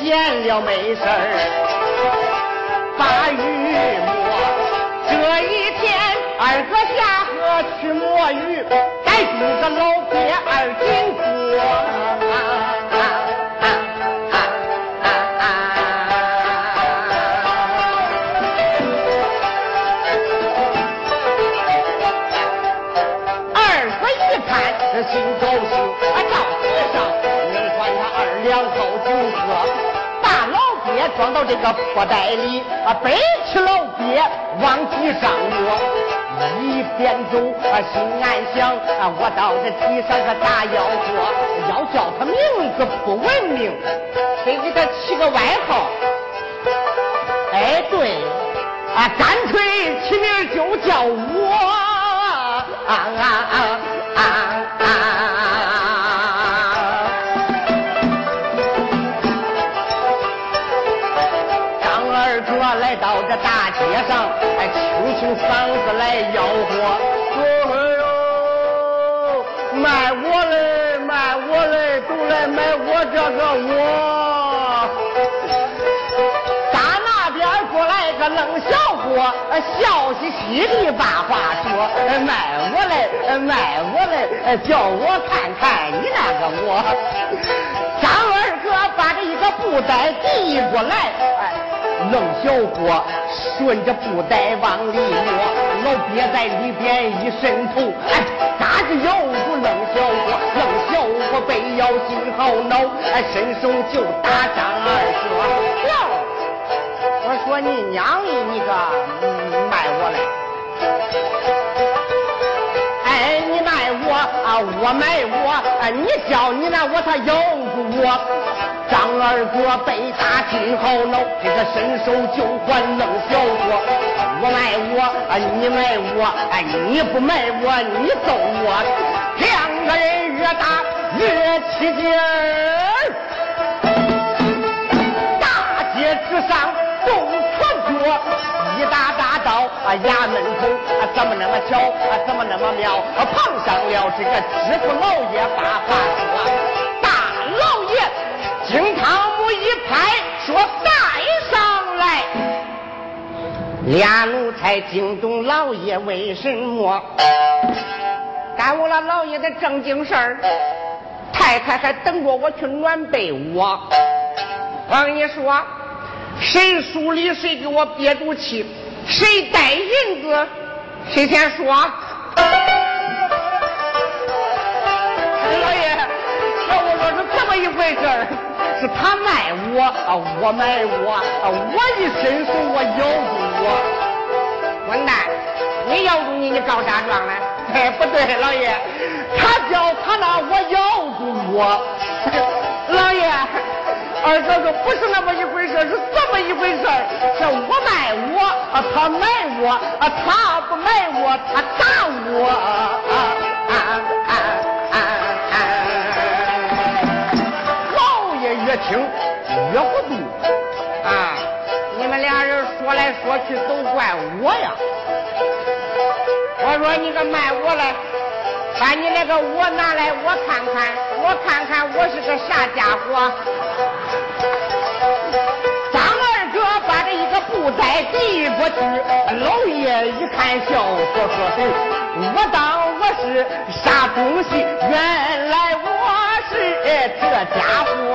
闲了没事儿把鱼摸。这一天二哥下河去摸鱼，逮住个老鳖2斤多。二哥一看这心高兴，到地上能换他2两好酒喝，把老鳖装到这个破袋里，背起老鳖往地上落。一边走心暗想，我到这地上可咋要活？要叫他名字不文明，得给他起个外号。哎，对，干脆起名就叫我张二哥来到这大街上，清嗓子来吆喝：哎呦，卖我嘞，卖我嘞，都来买我这个窝！打那边过来个冷小伙，笑嘻嘻的把话说：卖我嘞，卖我嘞，叫我看看你那个窝。张二哥把这一个布袋递过来，冷小伙顺着布袋往里摸，老鳖在里边一伸头，嘎着咬住冷小伙，冷小伙被咬心好恼，伸手就打张二哥。哟，我说你娘你个卖我来！哎，你卖我我卖我，你叫你那我他咬住我。张二哥被打心好恼，这个伸手就还冷小伙。我卖我，你卖我，你不卖我，你揍我。两个人越打越起劲儿，大街之上动错脚，一打打到衙门口，怎么那么巧，怎么那么妙，碰上了这个知府老爷把话说。大老爷惊堂木一拍，说带上来。俩奴才惊动老爷为什么？耽误了老爷的正经事儿，太太还等着我去暖被窝。我跟你说，谁输里谁给我憋住气，谁带银子谁先说。老爷，要我说是这么一回事儿，是他卖我，我卖我一伸手我咬住我。混蛋，你咬住你告啥状呢？哎，不对，老爷，他叫他那我咬住我。老爷，二哥说不是那么一回事，是这么一回事，是我卖我，他卖我，他不卖我，他打我。老爷越听越糊涂啊！你们俩人说来说去都怪我呀！我说你个卖我来，把你那个窝拿来我看看，我看看我是个啥家伙。张二哥把这一个布袋递过去，老爷一看笑说嘿，我当我是啥东西，原来我是这家伙。